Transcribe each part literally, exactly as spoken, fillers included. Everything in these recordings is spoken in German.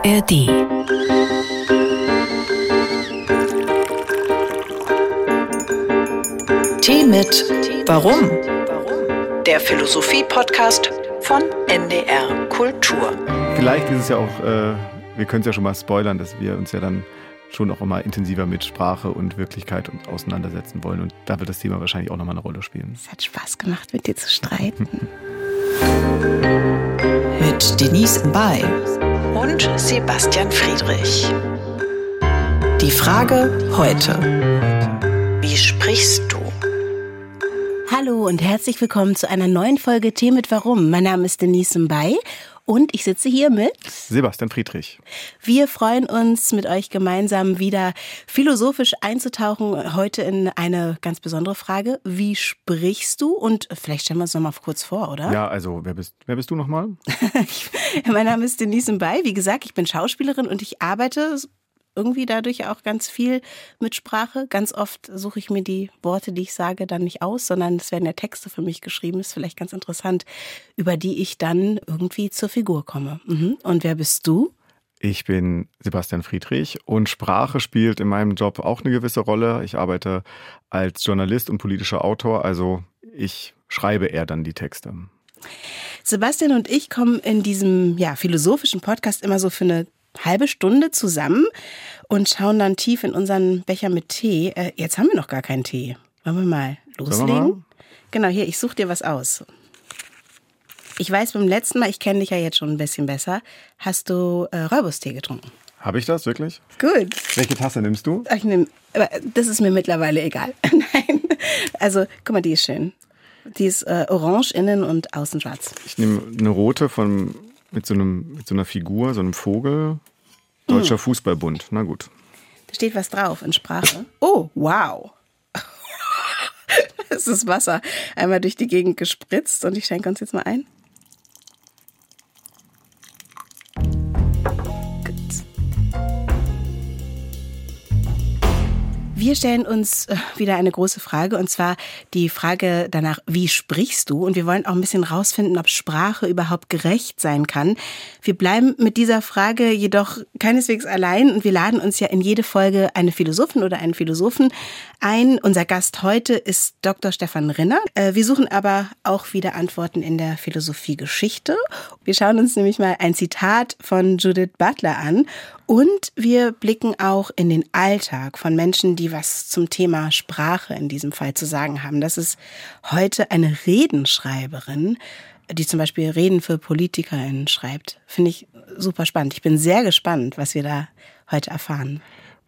R D. Tee mit Warum? Der Philosophie-Podcast von N D R Kultur. Vielleicht ist es ja auch, äh, wir können es ja schon mal spoilern, dass wir uns ja dann schon auch immer intensiver mit Sprache und Wirklichkeit und auseinandersetzen wollen. Und da wird das Thema wahrscheinlich auch nochmal eine Rolle spielen. Es hat Spaß gemacht, mit dir zu streiten. Mit Denise Mbay und Sebastian Friedrich. Die Frage heute: Wie sprichst du? Hallo und herzlich willkommen zu einer neuen Folge Tee mit Warum. Mein Name ist Denise Mbay und ich sitze hier mit Sebastian Friedrich. Wir freuen uns, mit euch gemeinsam wieder philosophisch einzutauchen. Heute in eine ganz besondere Frage. Wie sprichst du? Und vielleicht stellen wir uns noch mal kurz vor, oder? Ja, also wer bist, wer bist du nochmal? Mein Name ist Denise Mbay. Wie gesagt, ich bin Schauspielerin und ich arbeite irgendwie dadurch auch ganz viel mit Sprache. Ganz oft suche ich mir die Worte, die ich sage, dann nicht aus, sondern es werden ja Texte für mich geschrieben. Das ist vielleicht ganz interessant, über die ich dann irgendwie zur Figur komme. Mhm. Und wer bist du? Ich bin Sebastian Friedrich und Sprache spielt in meinem Job auch eine gewisse Rolle. Ich arbeite als Journalist und politischer Autor, also ich schreibe eher dann die Texte. Sebastian und ich kommen in diesem ja, philosophischen Podcast immer so für eine halbe Stunde zusammen und schauen dann tief in unseren Becher mit Tee. Äh, jetzt haben wir noch gar keinen Tee. Wollen wir mal loslegen? Wir mal? Genau, hier, ich suche dir was aus. Ich weiß, beim letzten Mal, ich kenne dich ja jetzt schon ein bisschen besser, hast du äh, Rooibos-Tee getrunken. Habe ich das, wirklich? Gut. Welche Tasse nimmst du? Ich nehm, aber das ist mir mittlerweile egal. Nein, also guck mal, die ist schön. Die ist äh, orange innen und außen schwarz. Ich nehme eine rote von... Mit so, einem, mit so einer Figur, so einem Vogel. Deutscher mm. Fußballbund. Na gut. Da steht was drauf in Sprache. Oh, wow. Das ist Wasser. Einmal durch die Gegend gespritzt und ich schenke uns jetzt mal ein. Wir stellen uns wieder eine große Frage, und zwar die Frage danach, wie sprichst du? Und wir wollen auch ein bisschen rausfinden, ob Sprache überhaupt gerecht sein kann. Wir bleiben mit dieser Frage jedoch keineswegs allein und wir laden uns ja in jede Folge eine Philosophin oder einen Philosophen ein. Unser Gast heute ist Doktor Stefan Rinner. Wir suchen aber auch wieder Antworten in der Philosophiegeschichte. Wir schauen uns nämlich mal ein Zitat von Judith Butler an. Und wir blicken auch in den Alltag von Menschen, die was zum Thema Sprache in diesem Fall zu sagen haben. Das ist heute eine Redenschreiberin, die zum Beispiel Reden für PolitikerInnen schreibt. Finde ich super spannend. Ich bin sehr gespannt, was wir da heute erfahren.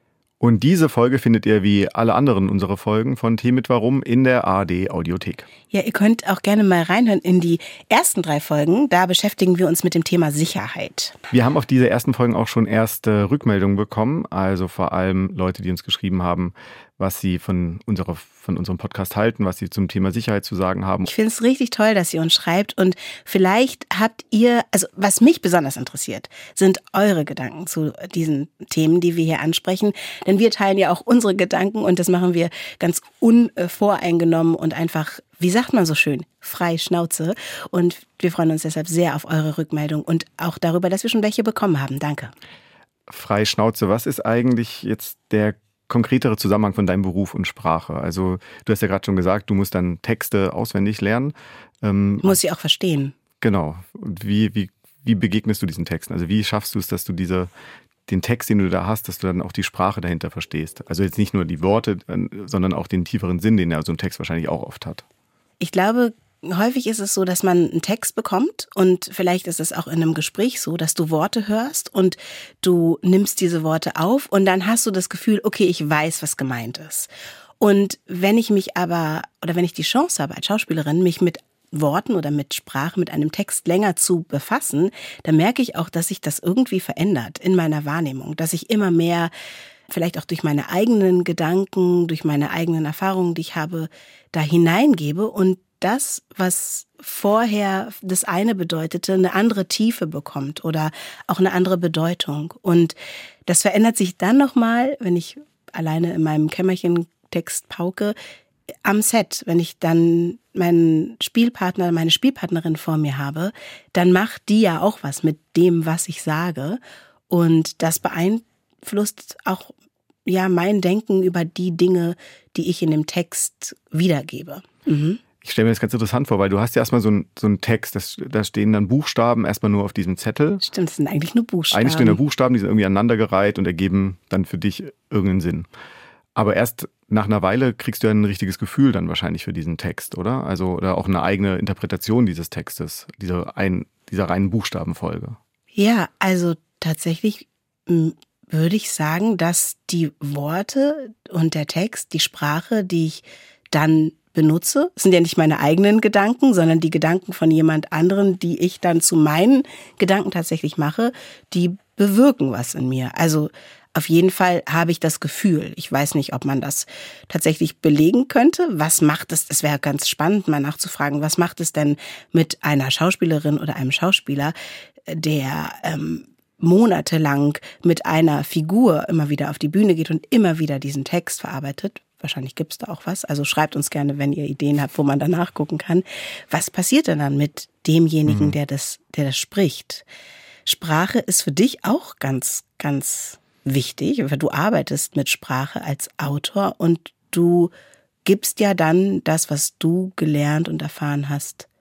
Und diese Folge findet ihr wie alle anderen unserer Folgen von Tee mit Warum in der A R D Audiothek. Ja, ihr könnt auch gerne mal reinhören in die ersten drei Folgen. Da beschäftigen wir uns mit dem Thema Sicherheit. Wir haben auf diese ersten Folgen auch schon erste Rückmeldungen bekommen. Also vor allem Leute, die uns geschrieben haben, was sie von unserer, von unserem Podcast halten, was sie zum Thema Sicherheit zu sagen haben. Ich finde es richtig toll, dass ihr uns schreibt und vielleicht habt ihr, also was mich besonders interessiert, sind eure Gedanken zu diesen Themen, die wir hier ansprechen. Denn wir teilen ja auch unsere Gedanken und das machen wir ganz unvoreingenommen und einfach, wie sagt man so schön, frei Schnauze. Und wir freuen uns deshalb sehr auf eure Rückmeldung und auch darüber, dass wir schon welche bekommen haben. Danke. Frei Schnauze, was ist eigentlich jetzt der konkretere Zusammenhang von deinem Beruf und Sprache? Also du hast ja gerade schon gesagt, du musst dann Texte auswendig lernen. Ähm, Muss sie auch verstehen. Genau. Und wie, wie, wie begegnest du diesen Texten? Also wie schaffst du es, dass du diese, den Text, den du da hast, dass du dann auch die Sprache dahinter verstehst? Also jetzt nicht nur die Worte, sondern auch den tieferen Sinn, den ja so ein Text wahrscheinlich auch oft hat. Ich glaube, häufig ist es so, dass man einen Text bekommt und vielleicht ist es auch in einem Gespräch so, dass du Worte hörst und du nimmst diese Worte auf und dann hast du das Gefühl, okay, ich weiß, was gemeint ist. Und wenn ich mich aber, oder wenn ich die Chance habe als Schauspielerin, mich mit Worten oder mit Sprache, mit einem Text länger zu befassen, dann merke ich auch, dass sich das irgendwie verändert in meiner Wahrnehmung, dass ich immer mehr, vielleicht auch durch meine eigenen Gedanken, durch meine eigenen Erfahrungen, die ich habe, da hineingebe und das, was vorher das eine bedeutete, eine andere Tiefe bekommt oder auch eine andere Bedeutung. Und das verändert sich dann nochmal, wenn ich alleine in meinem Kämmerchen Text pauke, am Set, wenn ich dann meinen Spielpartner, meine Spielpartnerin vor mir habe, dann macht die ja auch was mit dem, was ich sage. Und das beeinflusst auch ja mein Denken über die Dinge, die ich in dem Text wiedergebe. Mhm. Ich stelle mir das ganz interessant vor, weil du hast ja erstmal so einen so einen Text, das, da stehen dann Buchstaben erstmal nur auf diesem Zettel. Stimmt, das sind eigentlich nur Buchstaben. Eigentlich stehen da Buchstaben, die sind irgendwie aneinandergereiht und ergeben dann für dich irgendeinen Sinn. Aber erst nach einer Weile kriegst du ja ein richtiges Gefühl dann wahrscheinlich für diesen Text, oder? Also oder auch eine eigene Interpretation dieses Textes, dieser, ein, dieser reinen Buchstabenfolge. Ja, also tatsächlich m, würde ich sagen, dass die Worte und der Text, die Sprache, die ich dann benutze, sind ja nicht meine eigenen Gedanken, sondern die Gedanken von jemand anderen, die ich dann zu meinen Gedanken tatsächlich mache, die bewirken was in mir. Also auf jeden Fall habe ich das Gefühl. Ich weiß nicht, ob man das tatsächlich belegen könnte. Was macht es, es wäre ganz spannend, mal nachzufragen, was macht es denn mit einer Schauspielerin oder einem Schauspieler, der ähm, monatelang mit einer Figur immer wieder auf die Bühne geht und immer wieder diesen Text verarbeitet. Wahrscheinlich gibt es da auch was. Also schreibt uns gerne, wenn ihr Ideen habt, wo man da nachgucken kann. Was passiert denn dann mit demjenigen, mhm. der das, der das spricht? Sprache ist für dich auch ganz, ganz wichtig, weil du arbeitest mit Sprache als Autor und du gibst ja dann das, was du gelernt und erfahren hast,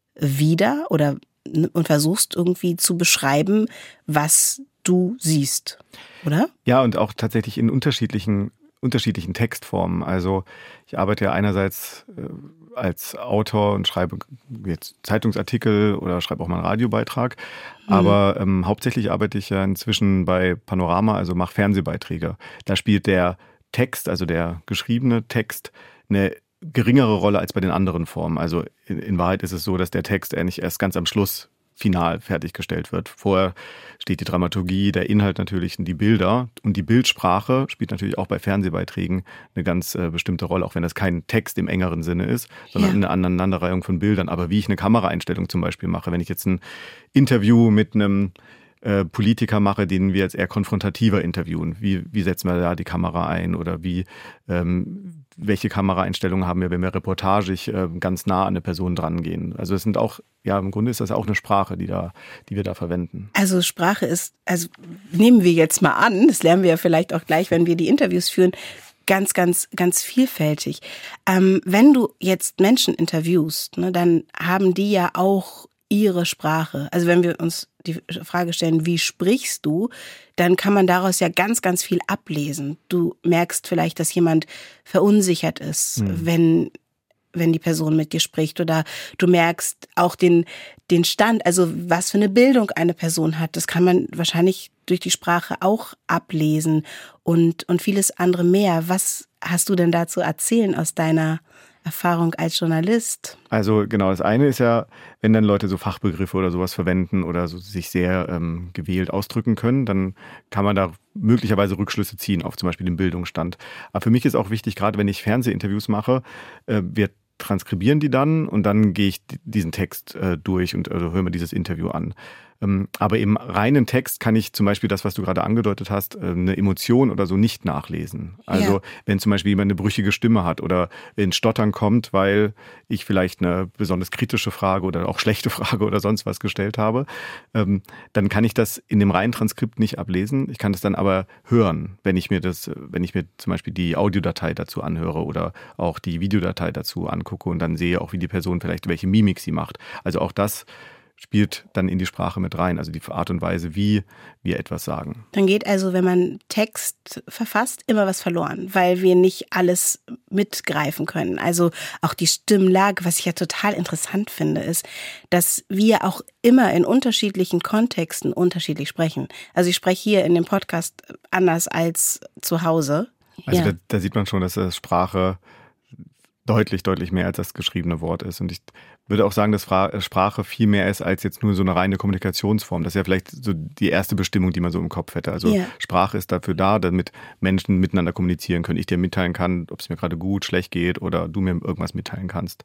wieder oder und versuchst irgendwie zu beschreiben, was du siehst, oder? Ja, und auch tatsächlich in unterschiedlichen unterschiedlichen Textformen. Also ich arbeite ja einerseits äh, als Autor und schreibe jetzt Zeitungsartikel oder schreibe auch mal einen Radiobeitrag, mhm. aber ähm, hauptsächlich arbeite ich ja inzwischen bei Panorama, also mache Fernsehbeiträge. Da spielt der Text, also der geschriebene Text, eine geringere Rolle als bei den anderen Formen. Also in, in Wahrheit ist es so, dass der Text eigentlich erst ganz am Schluss final fertiggestellt wird. Vorher steht die Dramaturgie, der Inhalt natürlich und die Bilder. Und die Bildsprache spielt natürlich auch bei Fernsehbeiträgen eine ganz äh, bestimmte Rolle, auch wenn das kein Text im engeren Sinne ist, sondern ja. eine Aneinanderreihung von Bildern. Aber wie ich eine Kameraeinstellung zum Beispiel mache, wenn ich jetzt ein Interview mit einem äh, Politiker mache, den wir jetzt eher konfrontativer interviewen, wie, wie setzen wir da die Kamera ein oder wie ähm, welche Kameraeinstellungen haben wir, wenn wir reportagig äh, ganz nah an eine Person dran gehen. Also es sind auch, ja, im Grunde ist das auch eine Sprache, die da, die wir da verwenden. Also Sprache ist, also nehmen wir jetzt mal an, das lernen wir ja vielleicht auch gleich, wenn wir die Interviews führen, ganz, ganz, ganz vielfältig. Ähm, wenn du jetzt Menschen interviewst, ne, dann haben die ja auch ihre Sprache. Also wenn wir uns die Frage stellen, wie sprichst du, dann kann man daraus ja ganz, ganz viel ablesen. Du merkst vielleicht, dass jemand verunsichert ist, mhm. wenn, wenn die Person mit dir spricht. Oder du merkst auch den, den Stand, also was für eine Bildung eine Person hat. Das kann man wahrscheinlich durch die Sprache auch ablesen und, und vieles andere mehr. Was hast du denn da zu erzählen aus deiner Erfahrung als Journalist? Also genau, das eine ist ja, wenn dann Leute so Fachbegriffe oder sowas verwenden oder so sich sehr ähm, gewählt ausdrücken können, dann kann man da möglicherweise Rückschlüsse ziehen auf zum Beispiel den Bildungsstand. Aber für mich ist auch wichtig, gerade wenn ich Fernsehinterviews mache, äh, wir transkribieren die dann und dann gehe ich diesen Text äh, durch und also höre mir dieses Interview an. Ähm, aber im reinen Text kann ich zum Beispiel das, was du gerade angedeutet hast, äh, eine Emotion oder so nicht nachlesen. Also ja. wenn zum Beispiel jemand eine brüchige Stimme hat oder ins Stottern kommt, weil ich vielleicht eine besonders kritische Frage oder auch schlechte Frage oder sonst was gestellt habe, ähm, dann kann ich das in dem reinen Transkript nicht ablesen. Ich kann das dann aber hören, wenn ich mir das, wenn ich mir zum Beispiel die Audiodatei dazu anhöre oder auch die Videodatei dazu angucke und dann sehe auch, wie die Person vielleicht welche Mimik sie macht. Also auch das spielt dann in die Sprache mit rein, also die Art und Weise, wie wir etwas sagen. Dann geht also, wenn man Text verfasst, immer was verloren, weil wir nicht alles mitgreifen können. Also auch die Stimmlage, was ich ja total interessant finde, ist, dass wir auch immer in unterschiedlichen Kontexten unterschiedlich sprechen. Also ich spreche hier in dem Podcast anders als zu Hause. Also ja. da, da sieht man schon, dass das Sprache deutlich, deutlich mehr als das geschriebene Wort ist. Und ich würde auch sagen, dass Sprache viel mehr ist als jetzt nur so eine reine Kommunikationsform. Das ist ja vielleicht so die erste Bestimmung, die man so im Kopf hätte. Also yeah. Sprache ist dafür da, damit Menschen miteinander kommunizieren können. Ich dir mitteilen kann, ob es mir gerade gut, schlecht geht oder du mir irgendwas mitteilen kannst.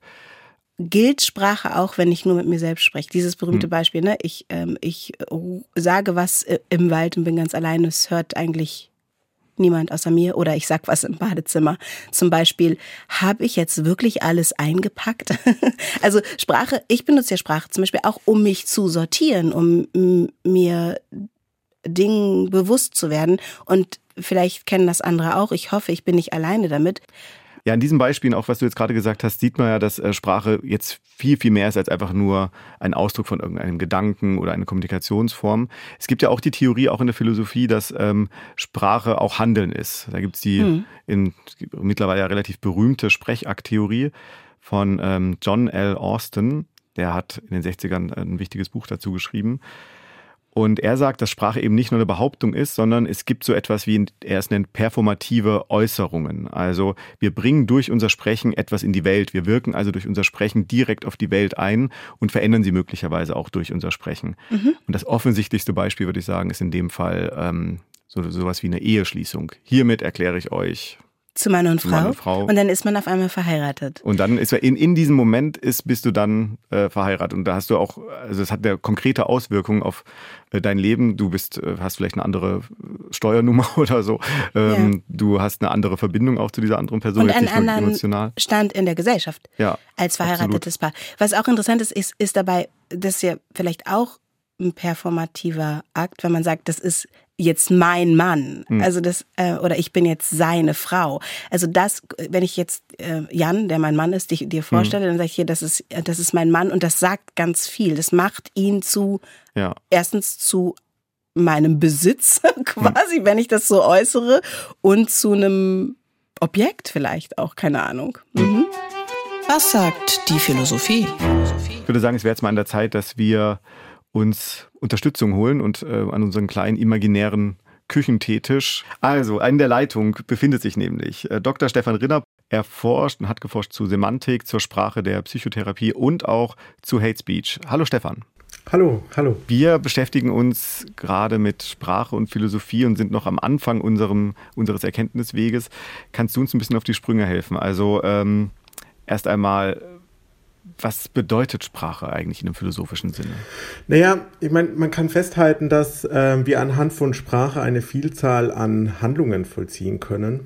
Gilt Sprache auch, wenn ich nur mit mir selbst spreche? Dieses berühmte hm. Beispiel, ne? Ich, ähm, ich sage was im Wald und bin ganz alleine. Es hört eigentlich niemand außer mir, oder ich sag was im Badezimmer. Zum Beispiel, habe ich jetzt wirklich alles eingepackt? Also Sprache, ich benutze ja Sprache zum Beispiel auch, um mich zu sortieren, um mir Dingen bewusst zu werden. Und vielleicht kennen das andere auch. Ich hoffe, ich bin nicht alleine damit. Ja, in diesen Beispielen, auch was du jetzt gerade gesagt hast, sieht man ja, dass Sprache jetzt viel, viel mehr ist als einfach nur ein Ausdruck von irgendeinem Gedanken oder eine Kommunikationsform. Es gibt ja auch die Theorie, auch in der Philosophie, dass ähm, Sprache auch Handeln ist. Da gibt es die hm. in, mittlerweile ja relativ berühmte Sprechakt-Theorie von ähm, John L. Austin. Der hat in den sechzigern ein wichtiges Buch dazu geschrieben. Und er sagt, dass Sprache eben nicht nur eine Behauptung ist, sondern es gibt so etwas wie, er es nennt, performative Äußerungen. Also wir bringen durch unser Sprechen etwas in die Welt. Wir wirken also durch unser Sprechen direkt auf die Welt ein und verändern sie möglicherweise auch durch unser Sprechen. Mhm. Und das offensichtlichste Beispiel, würde ich sagen, ist in dem Fall ähm, so sowas wie eine Eheschließung. Hiermit erkläre ich euch. Zu Mann und, Frau. und Frau. Und dann ist man auf einmal verheiratet. Und dann ist in, in diesem Moment ist, bist du dann äh, verheiratet. Und da hast du auch, also es hat ja konkrete Auswirkungen auf äh, dein Leben. Du bist, äh, hast vielleicht eine andere Steuernummer oder so. Ähm, ja. Du hast eine andere Verbindung auch zu dieser anderen Person. Und einen anderen emotional. Stand in der Gesellschaft. Ja, als verheiratetes absolut. Paar. Was auch interessant ist, ist, ist dabei, das ist ja vielleicht auch ein performativer Akt, wenn man sagt, das ist jetzt mein Mann, hm. also das äh, oder ich bin jetzt seine Frau. Also das, wenn ich jetzt äh, Jan, der mein Mann ist, dich, dir vorstelle, hm. dann sage ich hier, das ist das ist mein Mann und das sagt ganz viel. Das macht ihn zu ja. erstens zu meinem Besitz quasi, hm. wenn ich das so äußere, und zu einem Objekt vielleicht auch, keine Ahnung. Mhm. Was sagt die Philosophie? Ich würde sagen, es wäre jetzt mal an der Zeit, dass wir uns Unterstützung holen und äh, an unseren kleinen imaginären Küchenteetisch. Also, in der Leitung befindet sich nämlich äh, Doktor Stefan Rinner. Er forscht und hat geforscht zu Semantik, zur Sprache der Psychotherapie und auch zu Hate Speech. Hallo Stefan. Hallo, hallo. Wir beschäftigen uns gerade mit Sprache und Philosophie und sind noch am Anfang unserem, unseres Erkenntnisweges. Kannst du uns ein bisschen auf die Sprünge helfen? Also ähm, erst einmal, was bedeutet Sprache eigentlich in einem philosophischen Sinne? Naja, ich meine, man kann festhalten, dass äh, wir anhand von Sprache eine Vielzahl an Handlungen vollziehen können.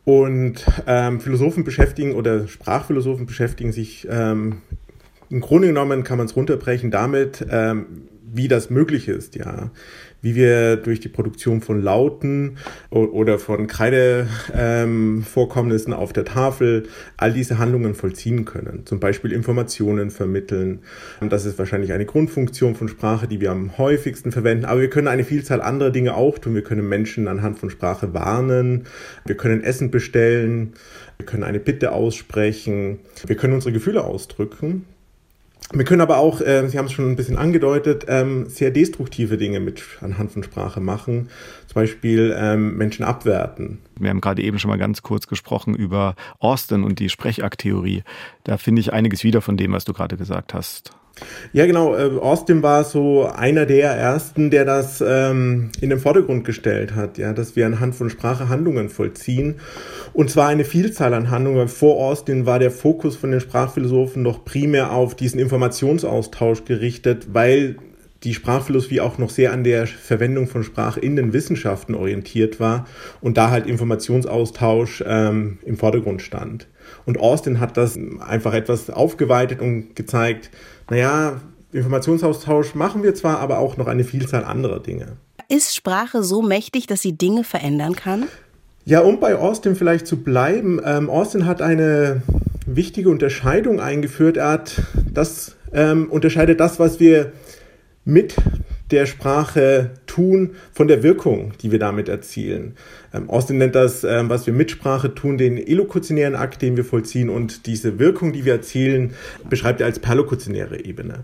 Und ähm, Philosophen beschäftigen oder Sprachphilosophen beschäftigen sich ähm, im Grunde genommen, kann man es runterbrechen, damit, ähm, wie das möglich ist, ja. Wie wir durch die Produktion von Lauten oder von Kreidevorkommnissen ähm, auf der Tafel all diese Handlungen vollziehen können. Zum Beispiel Informationen vermitteln. Und das ist wahrscheinlich eine Grundfunktion von Sprache, die wir am häufigsten verwenden. Aber wir können eine Vielzahl anderer Dinge auch tun. Wir können Menschen anhand von Sprache warnen. Wir können Essen bestellen. Wir können eine Bitte aussprechen. Wir können unsere Gefühle ausdrücken. Wir können aber auch, äh, Sie haben es schon ein bisschen angedeutet, ähm, sehr destruktive Dinge mit anhand von Sprache machen. Zum Beispiel ähm, Menschen abwerten. Wir haben gerade eben schon mal ganz kurz gesprochen über Austin und die Sprechakt-Theorie. Da finde ich einiges wieder von dem, was du gerade gesagt hast. Ja, genau. Austin war so einer der ersten, der das ähm, in den Vordergrund gestellt hat, ja, dass wir anhand von Sprache Handlungen vollziehen. Und zwar eine Vielzahl an Handlungen. Vor Austin war der Fokus von den Sprachphilosophen noch primär auf diesen Informationsaustausch gerichtet, weil die Sprachphilosophie auch noch sehr an der Verwendung von Sprache in den Wissenschaften orientiert war und da halt Informationsaustausch ähm, im Vordergrund stand. Und Austin hat das einfach etwas aufgeweitet und gezeigt, naja, Informationsaustausch machen wir zwar, aber auch noch eine Vielzahl anderer Dinge. Ist Sprache so mächtig, dass sie Dinge verändern kann? Ja, um bei Austin vielleicht zu bleiben, ähm, Austin hat eine wichtige Unterscheidung eingeführt. Er hat das, ähm, unterscheidet das, was wir mit der Sprache tun, von der Wirkung, die wir damit erzielen. Ähm, Austin nennt das, ähm, was wir mit Sprache tun, den elokutionären Akt, den wir vollziehen, und diese Wirkung, die wir erzielen, beschreibt er als perlokutionäre Ebene.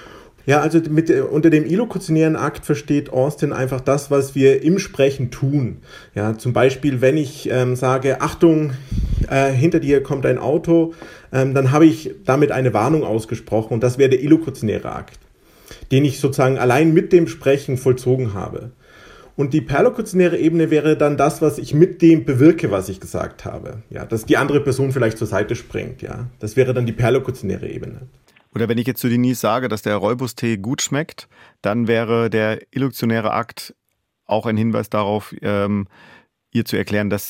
Ja, also mit, unter dem elokutionären Akt versteht Austin einfach das, was wir im Sprechen tun. Ja, zum Beispiel, wenn ich ähm, sage, Achtung, äh, hinter dir kommt ein Auto, ähm, dann habe ich damit eine Warnung ausgesprochen, und das wäre der elokutionäre Akt, den ich sozusagen allein mit dem Sprechen vollzogen habe. Und die perlokutionäre Ebene wäre dann das, was ich mit dem bewirke, was ich gesagt habe. Ja, dass die andere Person vielleicht zur Seite springt. Ja, das wäre dann die perlokutionäre Ebene. Oder wenn ich jetzt zu Denise sage, dass der Rooibos-Tee gut schmeckt, dann wäre der elokutionäre Akt auch ein Hinweis darauf, ähm, ihr zu erklären, dass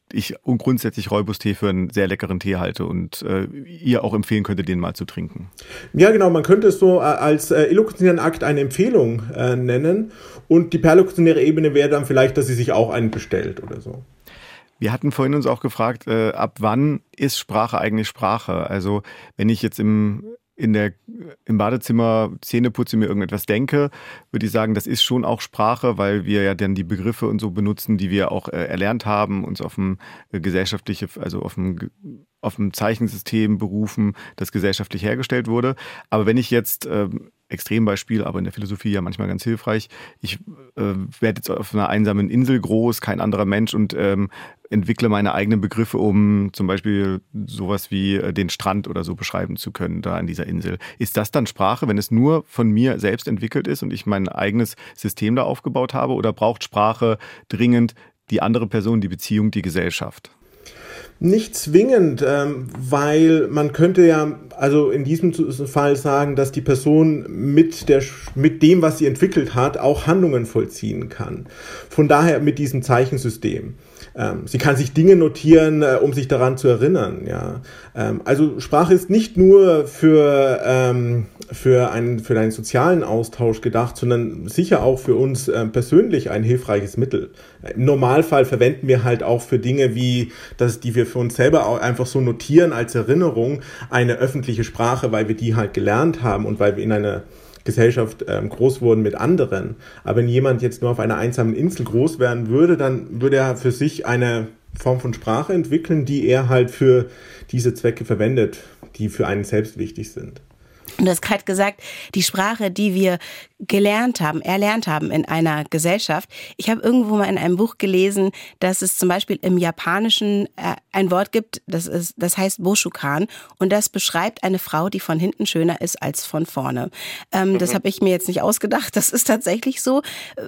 ich grundsätzlich Rooibos-Tee für einen sehr leckeren Tee halte und äh, ihr auch empfehlen könnte, den mal zu trinken. Ja, genau. Man könnte es so äh, als äh, illokutionären Akt eine Empfehlung äh, nennen. Und die perlokutionäre Ebene wäre dann vielleicht, dass sie sich auch einen bestellt oder so. Wir hatten vorhin uns auch gefragt, äh, ab wann ist Sprache eigentlich Sprache? Also wenn ich jetzt im in der, im Badezimmer Zähne putze, mir irgendetwas denke, würde ich sagen, das ist schon auch Sprache, weil wir ja dann die Begriffe und so benutzen, die wir auch äh, erlernt haben, uns auf ein äh, gesellschaftliche, also auf ein, auf ein Zeichensystem berufen, das gesellschaftlich hergestellt wurde. Aber wenn ich jetzt, äh, Extrembeispiel, aber in der Philosophie ja manchmal ganz hilfreich, ich äh, werde jetzt auf einer einsamen Insel groß, kein anderer Mensch und ähm, entwickle meine eigenen Begriffe, um zum Beispiel sowas wie den Strand oder so beschreiben zu können da an dieser Insel. Ist das dann Sprache, wenn es nur von mir selbst entwickelt ist und ich mein eigenes System da aufgebaut habe? Oder braucht Sprache dringend die andere Person, die Beziehung, die Gesellschaft? Nicht zwingend, ähm, weil man könnte ja also in diesem Fall sagen, dass die Person mit, der, mit dem, was sie entwickelt hat, auch Handlungen vollziehen kann. Von daher mit diesem Zeichensystem. Ähm, sie kann sich Dinge notieren, äh, um sich daran zu erinnern. Ja. Ähm, also Sprache ist nicht nur für, ähm, für, einen, für einen sozialen Austausch gedacht, sondern sicher auch für uns äh, persönlich ein hilfreiches Mittel. Im Normalfall verwenden wir halt auch für Dinge wie, das, die wir für uns selber auch einfach so notieren als Erinnerung, eine öffentliche Sprache, weil wir die halt gelernt haben und weil wir in einer Gesellschaft ähm, groß wurden mit anderen. Aber wenn jemand jetzt nur auf einer einsamen Insel groß werden würde, dann würde er für sich eine Form von Sprache entwickeln, die er halt für diese Zwecke verwendet, die für einen selbst wichtig sind. Und du hast gerade gesagt, die Sprache, die wir gelernt haben, erlernt haben in einer Gesellschaft. Ich habe irgendwo mal in einem Buch gelesen, dass es zum Beispiel im Japanischen äh, ein Wort gibt, das ist, das heißt Boshukan, und das beschreibt eine Frau, die von hinten schöner ist als von vorne. Ähm, mhm. Das habe ich mir jetzt nicht ausgedacht, das ist tatsächlich so.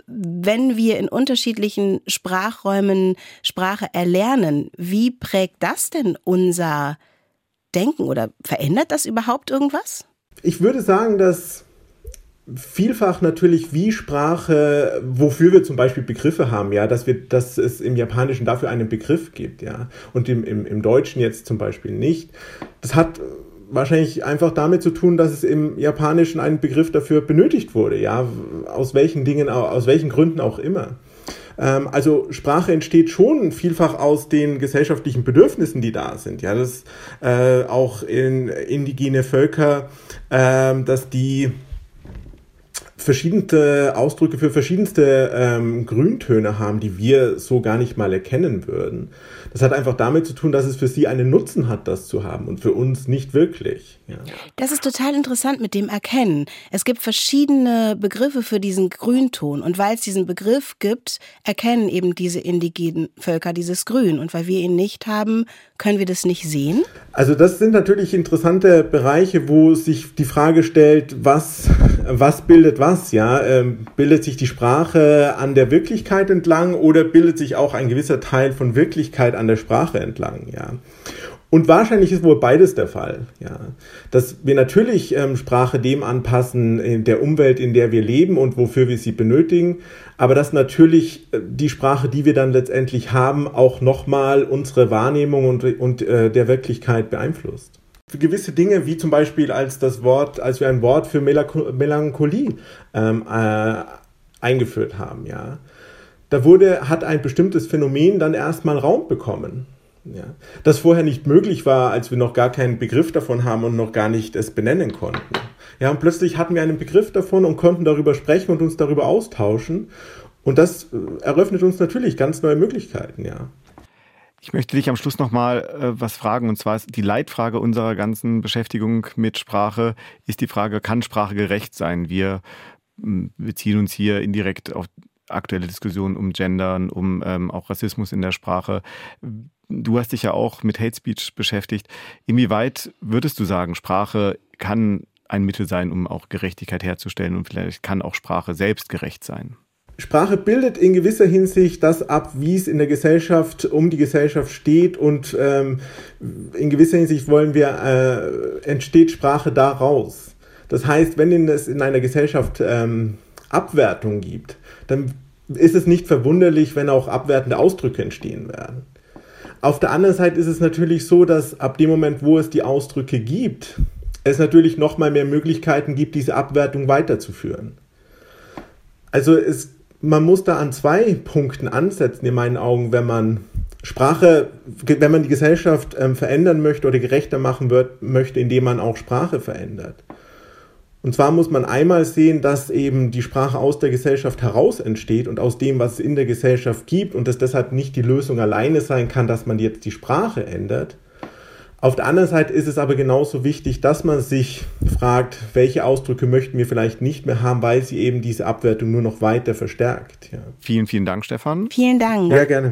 Wenn wir in unterschiedlichen Sprachräumen Sprache erlernen, wie prägt das denn unser Denken oder verändert das überhaupt irgendwas? Ich würde sagen, dass vielfach natürlich wie Sprache, wofür wir zum Beispiel Begriffe haben, ja, dass wir, dass es im Japanischen dafür einen Begriff gibt, ja, und im, im, im Deutschen jetzt zum Beispiel nicht. Das hat wahrscheinlich einfach damit zu tun, dass es im Japanischen ein Begriff dafür benötigt wurde, ja, aus welchen Dingen, aus welchen Gründen auch immer. Also Sprache entsteht schon vielfach aus den gesellschaftlichen Bedürfnissen, die da sind. Ja, dass äh, auch in indigene Völker, äh, dass die verschiedene Ausdrücke für verschiedenste ähm, Grüntöne haben, die wir so gar nicht mal erkennen würden. Das hat einfach damit zu tun, dass es für sie einen Nutzen hat, das zu haben und für uns nicht wirklich. Ja. Das ist total interessant mit dem Erkennen. Es gibt verschiedene Begriffe für diesen Grünton und weil es diesen Begriff gibt, erkennen eben diese indigenen Völker dieses Grün und weil wir ihn nicht haben, können wir das nicht sehen? Also das sind natürlich interessante Bereiche, wo sich die Frage stellt, was, was bildet was? Ja? Ähm, bildet sich die Sprache an der Wirklichkeit entlang oder bildet sich auch ein gewisser Teil von Wirklichkeit an der Sprache entlang? Ja. Und wahrscheinlich ist wohl beides der Fall, ja. Dass wir natürlich ähm, Sprache dem anpassen in der Umwelt, in der wir leben und wofür wir sie benötigen, aber dass natürlich äh, die Sprache, die wir dann letztendlich haben, auch nochmal unsere Wahrnehmung und, und äh, der Wirklichkeit beeinflusst. Für gewisse Dinge, wie zum Beispiel als das Wort, als wir ein Wort für Melancho- Melancholie ähm, äh, eingeführt haben, ja, da wurde, hat ein bestimmtes Phänomen dann erstmal Raum bekommen. Ja, das vorher nicht möglich war, als wir noch gar keinen Begriff davon haben und noch gar nicht es benennen konnten. Ja, und plötzlich hatten wir einen Begriff davon und konnten darüber sprechen und uns darüber austauschen. Und das eröffnet uns natürlich ganz neue Möglichkeiten, ja. Ich möchte dich am Schluss noch mal äh, was fragen, und zwar ist die Leitfrage unserer ganzen Beschäftigung mit Sprache, ist die Frage, kann Sprache gerecht sein? Wir m, beziehen uns hier indirekt auf aktuelle Diskussionen um Gendern, um ähm, auch Rassismus in der Sprache. Du hast dich ja auch mit Hate Speech beschäftigt. Inwieweit würdest du sagen, Sprache kann ein Mittel sein, um auch Gerechtigkeit herzustellen und vielleicht kann auch Sprache selbst gerecht sein? Sprache bildet in gewisser Hinsicht das ab, wie es in der Gesellschaft um die Gesellschaft steht und ähm, in gewisser Hinsicht wollen wir, äh, entsteht Sprache daraus. Das heißt, wenn es in einer Gesellschaft ähm, Abwertung gibt, dann ist es nicht verwunderlich, wenn auch abwertende Ausdrücke entstehen werden. Auf der anderen Seite ist es natürlich so, dass ab dem Moment, wo es die Ausdrücke gibt, es natürlich noch mal mehr Möglichkeiten gibt, diese Abwertung weiterzuführen. Also es, man muss da an zwei Punkten ansetzen, in meinen Augen, wenn man Sprache, wenn man die Gesellschaft ähm, verändern möchte oder gerechter machen wird, möchte, indem man auch Sprache verändert. Und zwar muss man einmal sehen, dass eben die Sprache aus der Gesellschaft heraus entsteht und aus dem, was es in der Gesellschaft gibt und es deshalb nicht die Lösung alleine sein kann, dass man jetzt die Sprache ändert. Auf der anderen Seite ist es aber genauso wichtig, dass man sich fragt, welche Ausdrücke möchten wir vielleicht nicht mehr haben, weil sie eben diese Abwertung nur noch weiter verstärkt. Ja. Vielen, vielen Dank, Stefan. Vielen Dank. Ja, gerne.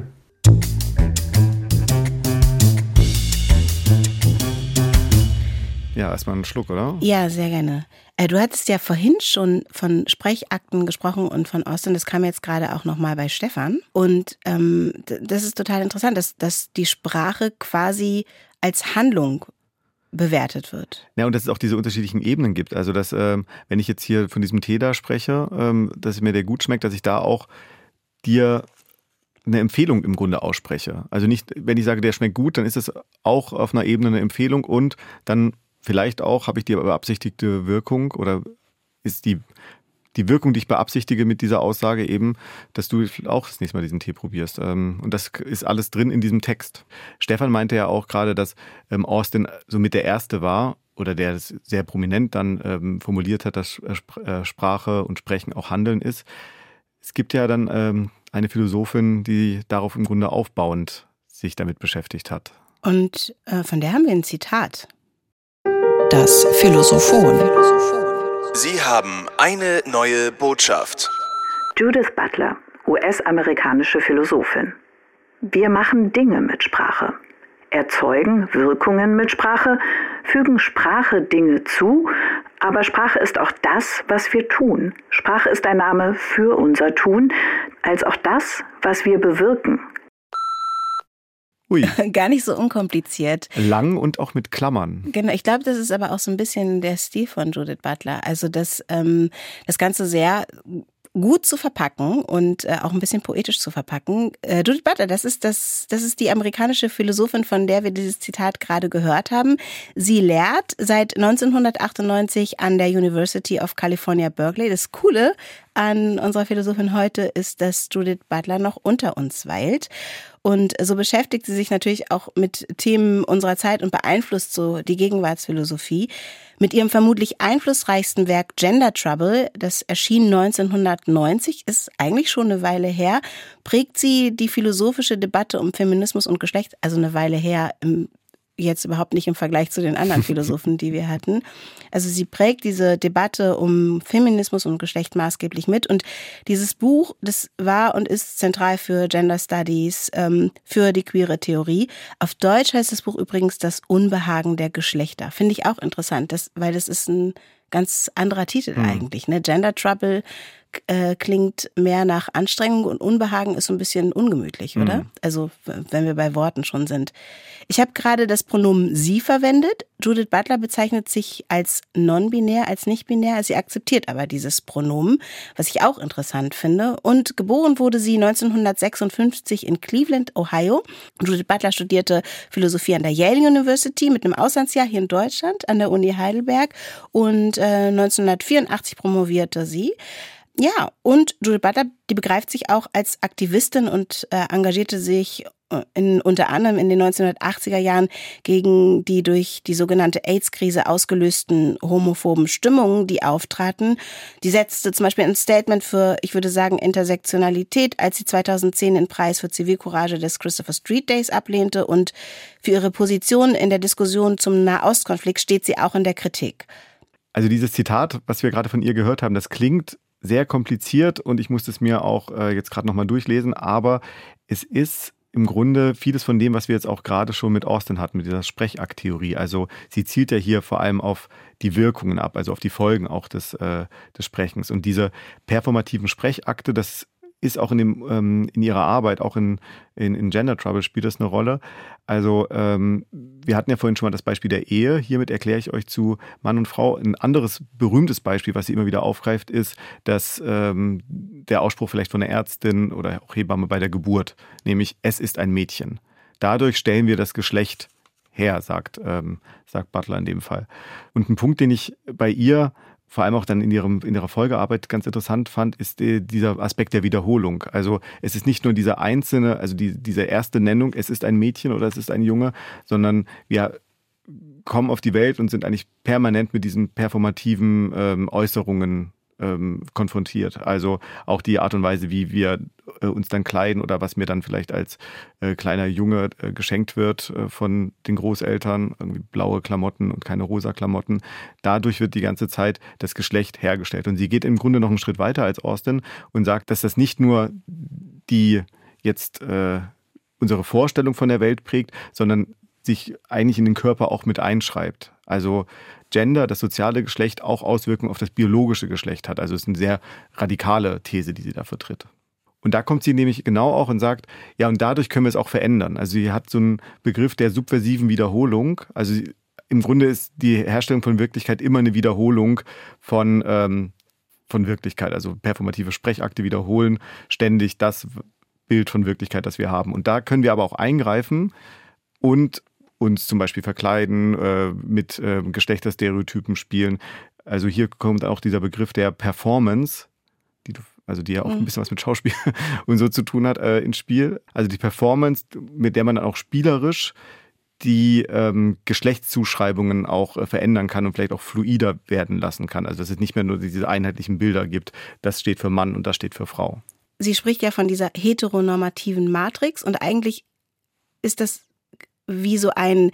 Ja, erstmal einen Schluck, oder? Ja, sehr gerne. Äh, du hattest ja vorhin schon von Sprechakten gesprochen und von Austin. Das kam jetzt gerade auch nochmal bei Stefan. Und ähm, das ist total interessant, dass, dass die Sprache quasi als Handlung bewertet wird. Ja, und dass es auch diese unterschiedlichen Ebenen gibt. Also, dass, ähm, wenn ich jetzt hier von diesem Tee da spreche, ähm, dass mir der gut schmeckt, dass ich da auch dir eine Empfehlung im Grunde ausspreche. Also nicht, wenn ich sage, der schmeckt gut, dann ist es auch auf einer Ebene eine Empfehlung und dann vielleicht auch, habe ich die beabsichtigte Wirkung oder ist die, die Wirkung, die ich beabsichtige mit dieser Aussage eben, dass du auch das nächste Mal diesen Tee probierst. Und das ist alles drin in diesem Text. Stefan meinte ja auch gerade, dass Austin somit der Erste war oder der es sehr prominent dann formuliert hat, dass Sprache und Sprechen auch Handeln ist. Es gibt ja dann eine Philosophin, die darauf im Grunde aufbauend sich damit beschäftigt hat. Und äh, von der haben wir ein Zitat. Das Philosophon. Sie haben eine neue Botschaft. Judith Butler, U S-amerikanische Philosophin. Wir machen Dinge mit Sprache, erzeugen Wirkungen mit Sprache, fügen Sprache Dinge zu, aber Sprache ist auch das, was wir tun. Sprache ist ein Name für unser Tun, als auch das, was wir bewirken. Ui. Gar nicht so unkompliziert. Lang und auch mit Klammern. Genau, ich glaube, das ist aber auch so ein bisschen der Stil von Judith Butler. Also das, ähm, das Ganze sehr gut zu verpacken und äh, auch ein bisschen poetisch zu verpacken. Äh, Judith Butler, das ist das, das ist die amerikanische Philosophin, von der wir dieses Zitat gerade gehört haben. Sie lehrt seit neunzehnhundertachtundneunzig an der University of California, Berkeley. Das Coole an unserer Philosophin heute ist, dass Judith Butler noch unter uns weilt. Und so beschäftigt sie sich natürlich auch mit Themen unserer Zeit und beeinflusst so die Gegenwartsphilosophie. Mit ihrem vermutlich einflussreichsten Werk Gender Trouble, das erschien neunzehnhundertneunzig, ist eigentlich schon eine Weile her, prägt sie die philosophische Debatte um Feminismus und Geschlecht, also eine Weile her im jetzt überhaupt nicht im Vergleich zu den anderen Philosophen, die wir hatten. Also sie prägt diese Debatte um Feminismus und Geschlecht maßgeblich mit. Und dieses Buch, das war und ist zentral für Gender Studies, ähm, für die queere Theorie. Auf Deutsch heißt das Buch übrigens Das Unbehagen der Geschlechter. Finde ich auch interessant, das, weil das ist ein ganz anderer Titel mhm. eigentlich. Ne? Gender Trouble äh, klingt mehr nach Anstrengung und Unbehagen ist so ein bisschen ungemütlich, oder? Mhm. Also wenn wir bei Worten schon sind. Ich habe gerade das Pronomen sie verwendet. Judith Butler bezeichnet sich als non-binär, als nicht-binär. Sie akzeptiert aber dieses Pronomen, was ich auch interessant finde. Und geboren wurde sie neunzehnhundertsechsundfünfzig in Cleveland, Ohio. Judith Butler studierte Philosophie an der Yale University mit einem Auslandsjahr hier in Deutschland an der Uni Heidelberg. Und äh, neunzehnhundertvierundachtzig promovierte sie. Ja, und Judith Butler, die begreift sich auch als Aktivistin und äh, engagierte sich in, unter anderem in den neunzehnhundertachtziger Jahren gegen die durch die sogenannte AIDS-Krise ausgelösten homophoben Stimmungen, die auftraten. Die setzte zum Beispiel ein Statement für, ich würde sagen, Intersektionalität, als sie zweitausendzehn den Preis für Zivilcourage des Christopher Street Days ablehnte, und für ihre Position in der Diskussion zum Nahostkonflikt steht sie auch in der Kritik. Also dieses Zitat, was wir gerade von ihr gehört haben, das klingt sehr kompliziert und ich musste es mir auch äh, jetzt gerade nochmal durchlesen, aber es ist im Grunde vieles von dem, was wir jetzt auch gerade schon mit Austin hatten, mit dieser Sprechakttheorie. Also sie zielt ja hier vor allem auf die Wirkungen ab, also auf die Folgen auch des, äh, des Sprechens. Und diese performativen Sprechakte, das ist auch in, dem, ähm, in ihrer Arbeit, auch in, in, in Gender Trouble spielt das eine Rolle. Also ähm, wir hatten ja vorhin schon mal das Beispiel der Ehe. Hiermit erkläre ich euch zu Mann und Frau. Ein anderes berühmtes Beispiel, was sie immer wieder aufgreift, ist, dass ähm, der Ausspruch vielleicht von der Ärztin oder auch Hebamme bei der Geburt, nämlich es ist ein Mädchen. dadurch stellen wir das Geschlecht her, sagt, ähm, sagt Butler in dem Fall. Und ein Punkt, den ich bei ihr vor allem auch dann in, ihrem, in ihrer Folgearbeit ganz interessant fand, ist die, dieser Aspekt der Wiederholung. Also es ist nicht nur diese einzelne, also die, diese erste Nennung, es ist ein Mädchen oder es ist ein Junge, sondern wir kommen auf die Welt und sind eigentlich permanent mit diesen performativen ähm, Äußerungen ähm, konfrontiert. Also auch die Art und Weise, wie wir äh, uns dann kleiden oder was mir dann vielleicht als äh, kleiner Junge äh, geschenkt wird äh, von den Großeltern, irgendwie blaue Klamotten und keine rosa Klamotten. Dadurch wird die ganze Zeit das Geschlecht hergestellt. Und sie geht im Grunde noch einen Schritt weiter als Austen und sagt, dass das nicht nur die jetzt äh, unsere Vorstellung von der Welt prägt, sondern sich eigentlich in den Körper auch mit einschreibt. Also Gender, das soziale Geschlecht, auch Auswirkungen auf das biologische Geschlecht hat. Also es ist eine sehr radikale These, die sie da vertritt. Und da kommt sie nämlich genau auch und sagt, ja, und dadurch können wir es auch verändern. Also sie hat so einen Begriff der subversiven Wiederholung. Also sie, im Grunde ist die Herstellung von Wirklichkeit immer eine Wiederholung von, ähm, von Wirklichkeit. Also performative Sprechakte wiederholen ständig das Bild von Wirklichkeit, das wir haben. Und da können wir aber auch eingreifen und uns zum Beispiel verkleiden, äh, mit äh, Geschlechterstereotypen spielen. Also hier kommt auch dieser Begriff der Performance, die du, also die ja auch mhm. ein bisschen was mit Schauspiel und so zu tun hat, äh, ins Spiel. Also die Performance, mit der man dann auch spielerisch die ähm, Geschlechtszuschreibungen auch äh, verändern kann und vielleicht auch fluider werden lassen kann. Also dass es nicht mehr nur diese einheitlichen Bilder gibt, das steht für Mann und das steht für Frau. Sie spricht ja von dieser heteronormativen Matrix und eigentlich ist das wie so ein,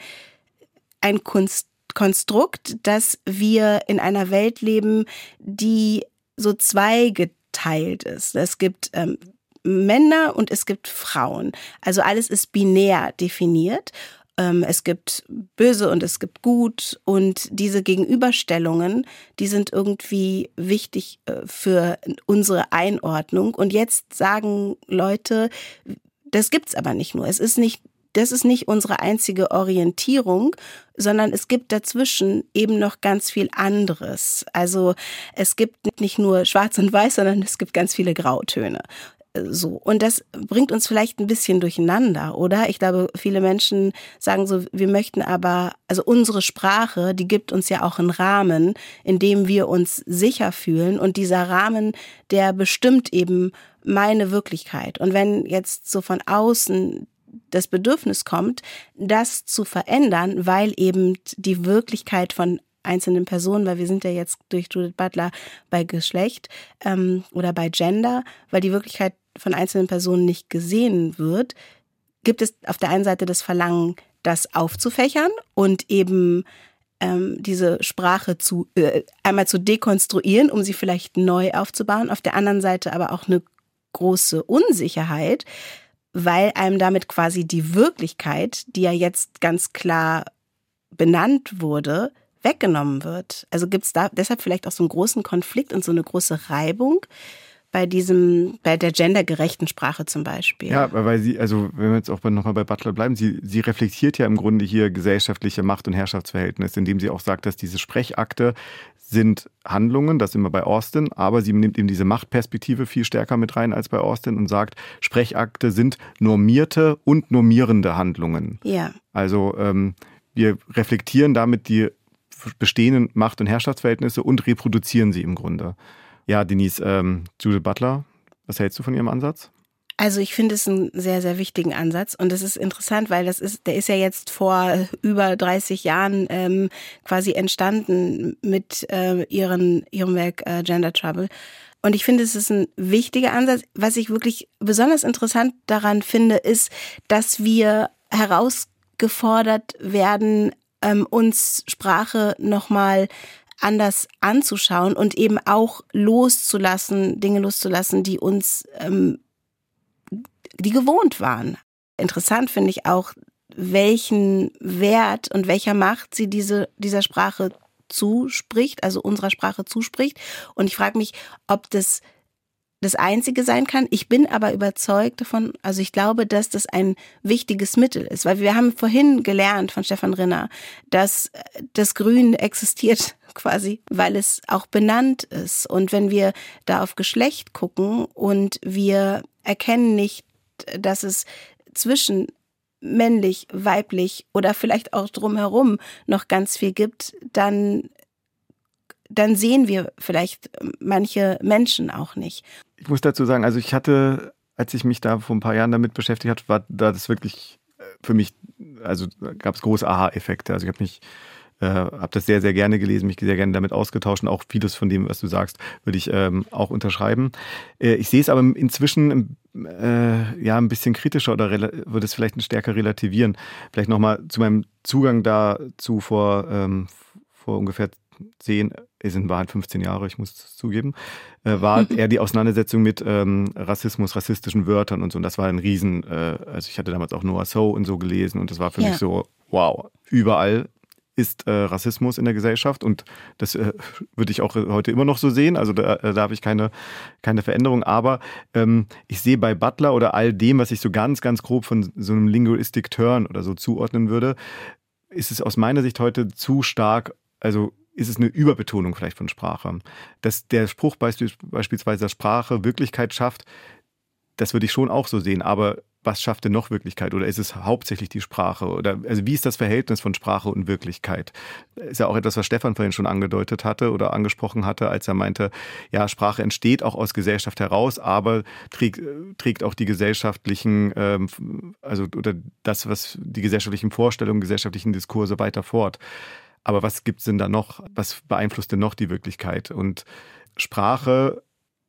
ein Kunst, Konstrukt, dass wir in einer Welt leben, die so zweigeteilt ist. Es gibt ähm, Männer und es gibt Frauen. Also alles ist binär definiert. Ähm, es gibt böse und es gibt gut. Und diese Gegenüberstellungen, die sind irgendwie wichtig äh, für unsere Einordnung. Und jetzt sagen Leute, das gibt's aber nicht nur. Es ist nicht Das ist nicht unsere einzige Orientierung, sondern es gibt dazwischen eben noch ganz viel anderes. Also es gibt nicht nur Schwarz und Weiß, sondern es gibt ganz viele Grautöne. So. Und das bringt uns vielleicht ein bisschen durcheinander, oder? Ich glaube, viele Menschen sagen so, wir möchten aber, also unsere Sprache, die gibt uns ja auch einen Rahmen, in dem wir uns sicher fühlen. Und dieser Rahmen, der bestimmt eben meine Wirklichkeit. Und wenn jetzt so von außen das Bedürfnis kommt, das zu verändern, weil eben die Wirklichkeit von einzelnen Personen, weil wir sind ja jetzt durch Judith Butler bei Geschlecht ähm, oder bei Gender, weil die Wirklichkeit von einzelnen Personen nicht gesehen wird, gibt es auf der einen Seite das Verlangen, das aufzufächern und eben ähm, diese Sprache zu äh, einmal zu dekonstruieren, um sie vielleicht neu aufzubauen. Auf der anderen Seite aber auch eine große Unsicherheit, weil einem damit quasi die Wirklichkeit, die ja jetzt ganz klar benannt wurde, weggenommen wird. Also gibt es da deshalb vielleicht auch so einen großen Konflikt und so eine große Reibung bei diesem, bei der gendergerechten Sprache zum Beispiel. Ja, weil sie, also wenn wir jetzt auch nochmal bei Butler bleiben, sie, sie reflektiert ja im Grunde hier gesellschaftliche Macht- und Herrschaftsverhältnisse, indem sie auch sagt, dass diese Sprechakte sind Handlungen, das immer bei Austen, aber sie nimmt eben diese Machtperspektive viel stärker mit rein als bei Austen und sagt, Sprechakte sind normierte und normierende Handlungen. Ja. Also ähm, wir reflektieren damit die bestehenden Macht- und Herrschaftsverhältnisse und reproduzieren sie im Grunde. Ja, Denise, ähm, Judith Butler, was hältst du von ihrem Ansatz? Also ich finde es einen sehr, sehr wichtigen Ansatz und das ist interessant, weil das ist, der ist ja jetzt vor über dreißig Jahren ähm, quasi entstanden mit äh, ihren, ihrem Werk äh, Gender Trouble. Und ich finde, es ist ein wichtiger Ansatz. Was ich wirklich besonders interessant daran finde, ist, dass wir herausgefordert werden, ähm, uns Sprache nochmal anders anzuschauen und eben auch loszulassen, Dinge loszulassen, die uns, ähm, die gewohnt waren. Interessant finde ich auch, welchen Wert und welcher Macht sie diese, dieser Sprache zuspricht, also unserer Sprache zuspricht. Und ich frage mich, ob das das Einzige sein kann. Ich bin aber überzeugt davon, also ich glaube, dass das ein wichtiges Mittel ist, weil wir haben vorhin gelernt von Stefan Rinner, dass das Grün existiert quasi, weil es auch benannt ist. Und wenn wir da auf Geschlecht gucken und wir erkennen nicht, dass es zwischen männlich, weiblich oder vielleicht auch drumherum noch ganz viel gibt, dann, dann sehen wir vielleicht manche Menschen auch nicht. Ich muss dazu sagen, also ich hatte, als ich mich da vor ein paar Jahren damit beschäftigt habe, war da das wirklich für mich, also gab es große Aha-Effekte. Also ich habe mich Äh, habe das sehr, sehr gerne gelesen, mich sehr gerne damit ausgetauscht und auch vieles von dem, was du sagst, würde ich ähm, auch unterschreiben. Äh, ich sehe es aber inzwischen äh, ja ein bisschen kritischer oder würde es vielleicht stärker relativieren. Vielleicht nochmal zu meinem Zugang dazu vor, ähm, vor ungefähr zehn, es sind Wahrheit fünfzehn Jahre, ich muss es zugeben, äh, war eher die Auseinandersetzung mit ähm, Rassismus, rassistischen Wörtern und so. Und das war ein Riesen, äh, also ich hatte damals auch Noah So und so gelesen und das war für ja. mich so, wow, überall ist äh, Rassismus in der Gesellschaft und das äh, würde ich auch heute immer noch so sehen, also da, da habe ich keine, keine Veränderung, aber ähm, ich sehe bei Butler oder all dem, was ich so ganz, ganz grob von so einem Linguistic Turn oder so zuordnen würde, ist es aus meiner Sicht heute zu stark, also ist es eine Überbetonung vielleicht von Sprache. Dass der Spruch beispielsweise, dass Sprache Wirklichkeit schafft, das würde ich schon auch so sehen, aber was schafft denn noch Wirklichkeit? Oder ist es hauptsächlich die Sprache? Oder also wie ist das Verhältnis von Sprache und Wirklichkeit? Ist ja auch etwas, was Stefan vorhin schon angedeutet hatte oder angesprochen hatte, als er meinte, ja, Sprache entsteht auch aus Gesellschaft heraus, aber trägt, trägt auch die gesellschaftlichen, ähm, also oder das, was die gesellschaftlichen Vorstellungen, gesellschaftlichen Diskurse weiter fort. Aber was gibt's denn da noch? Was beeinflusst denn noch die Wirklichkeit? Und Sprache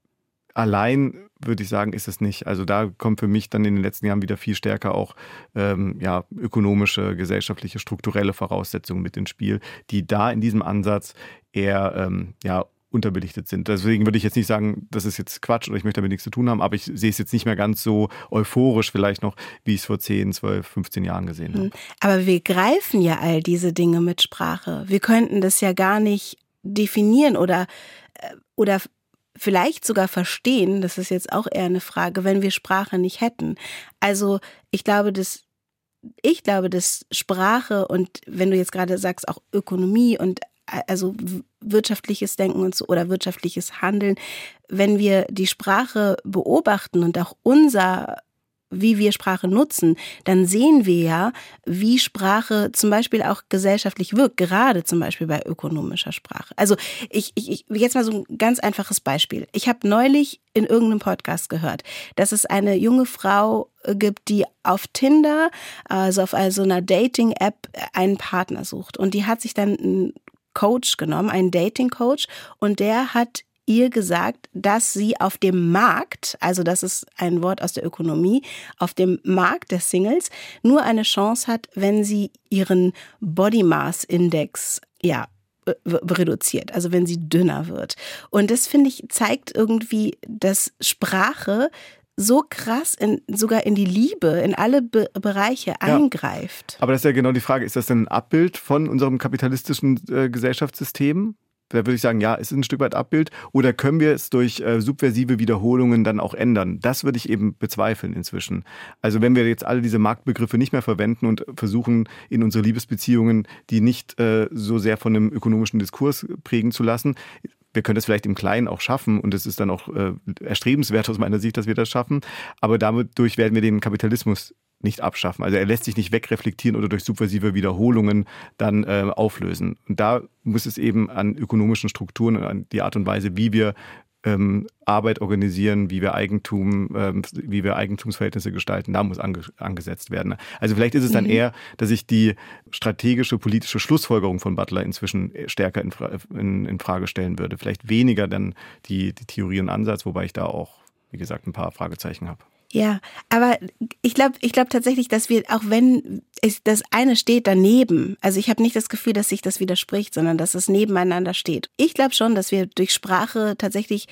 allein, würde ich sagen, ist es nicht. Also da kommt für mich dann in den letzten Jahren wieder viel stärker auch ähm, ja, ökonomische, gesellschaftliche, strukturelle Voraussetzungen mit ins Spiel, die da in diesem Ansatz eher ähm, ja, unterbelichtet sind. Deswegen würde ich jetzt nicht sagen, das ist jetzt Quatsch oder ich möchte damit nichts zu tun haben, aber ich sehe es jetzt nicht mehr ganz so euphorisch vielleicht noch, wie ich es vor zehn, zwölf, fünfzehn Jahren gesehen habe. Aber wir greifen ja all diese Dinge mit Sprache. Wir könnten das ja gar nicht definieren oder, oder vielleicht sogar verstehen, das ist jetzt auch eher eine Frage, wenn wir Sprache nicht hätten. Also ich glaube, dass ich glaube, dass Sprache und wenn du jetzt gerade sagst, auch Ökonomie und also wirtschaftliches Denken und so oder wirtschaftliches Handeln, wenn wir die Sprache beobachten und auch unser wie wir Sprache nutzen, dann sehen wir ja, wie Sprache zum Beispiel auch gesellschaftlich wirkt, gerade zum Beispiel bei ökonomischer Sprache. Also ich, ich, ich jetzt mal so ein ganz einfaches Beispiel. Ich habe neulich in irgendeinem Podcast gehört, dass es eine junge Frau gibt, die auf Tinder, also auf so einer Dating-App, einen Partner sucht. Und die hat sich dann einen Coach genommen, einen Dating-Coach, und der hat ihr gesagt, dass sie auf dem Markt, also das ist ein Wort aus der Ökonomie, auf dem Markt der Singles nur eine Chance hat, wenn sie ihren Body Mass Index, ja, reduziert, also wenn sie dünner wird. Und das, finde ich, zeigt irgendwie, dass Sprache so krass in, sogar in die Liebe, in alle Be- Bereiche ja. eingreift. Aber das ist ja genau die Frage, ist das denn ein Abbild von unserem kapitalistischen äh, Gesellschaftssystem? Da würde ich sagen, ja, es ist ein Stück weit Abbild. Oder können wir es durch äh, subversive Wiederholungen dann auch ändern? Das würde ich eben bezweifeln inzwischen. Also wenn wir jetzt alle diese Marktbegriffe nicht mehr verwenden und versuchen, in unsere Liebesbeziehungen die nicht äh, so sehr von einem ökonomischen Diskurs prägen zu lassen, wir können das vielleicht im Kleinen auch schaffen und es ist dann auch äh, erstrebenswert aus meiner Sicht, dass wir das schaffen. Aber dadurch werden wir den Kapitalismus nicht abschaffen. Also er lässt sich nicht wegreflektieren oder durch subversive Wiederholungen dann äh, auflösen. Und da muss es eben an ökonomischen Strukturen und an die Art und Weise, wie wir ähm, Arbeit organisieren, wie wir Eigentum, ähm, wie wir Eigentumsverhältnisse gestalten, da muss ange- angesetzt werden. Also vielleicht ist es dann mhm. eher, dass ich die strategische, politische Schlussfolgerung von Butler inzwischen stärker in, Fra- in, in Frage stellen würde. Vielleicht weniger dann die, die Theorie und Ansatz, wobei ich da auch, wie gesagt, ein paar Fragezeichen habe. Ja, aber ich glaube ich glaube tatsächlich, dass wir, auch wenn es, das eine steht daneben, also ich habe nicht das Gefühl, dass sich das widerspricht, sondern dass es nebeneinander steht. Ich glaube schon, dass wir durch Sprache tatsächlich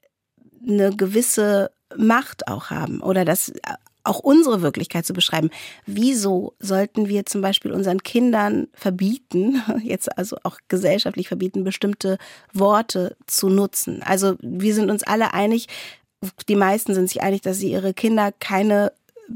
eine gewisse Macht auch haben oder dass auch unsere Wirklichkeit zu beschreiben. Wieso sollten wir zum Beispiel unseren Kindern verbieten, jetzt also auch gesellschaftlich verbieten, bestimmte Worte zu nutzen? Also wir sind uns alle einig, die meisten sind sich einig, dass sie ihre Kinder keine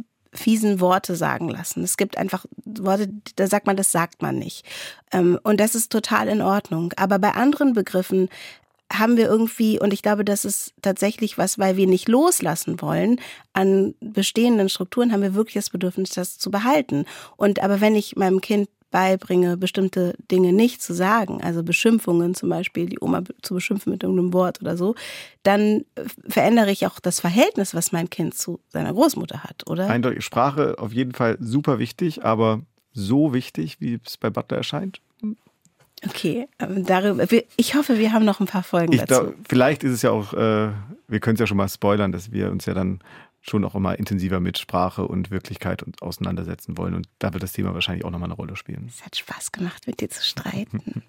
fiesen Worte sagen lassen. Es gibt einfach Worte, da sagt man, das sagt man nicht. Und das ist total in Ordnung. Aber bei anderen Begriffen haben wir irgendwie, und ich glaube, das ist tatsächlich was, weil wir nicht loslassen wollen, an bestehenden Strukturen haben wir wirklich das Bedürfnis, das zu behalten. Und aber wenn ich meinem Kind beibringe, bestimmte Dinge nicht zu sagen, also Beschimpfungen zum Beispiel, die Oma zu beschimpfen mit irgendeinem Wort oder so, dann verändere ich auch das Verhältnis, was mein Kind zu seiner Großmutter hat, oder? Eindeutig, Sprache auf jeden Fall super wichtig, aber so wichtig, wie es bei Butler erscheint. Okay, darüber, ich hoffe, wir haben noch ein paar Folgen ich dazu. Glaub, vielleicht ist es ja auch, äh, wir können es ja schon mal spoilern, dass wir uns ja dann schon auch immer intensiver mit Sprache und Wirklichkeit und auseinandersetzen wollen. Und da wird das Thema wahrscheinlich auch nochmal eine Rolle spielen. Es hat Spaß gemacht, mit dir zu streiten.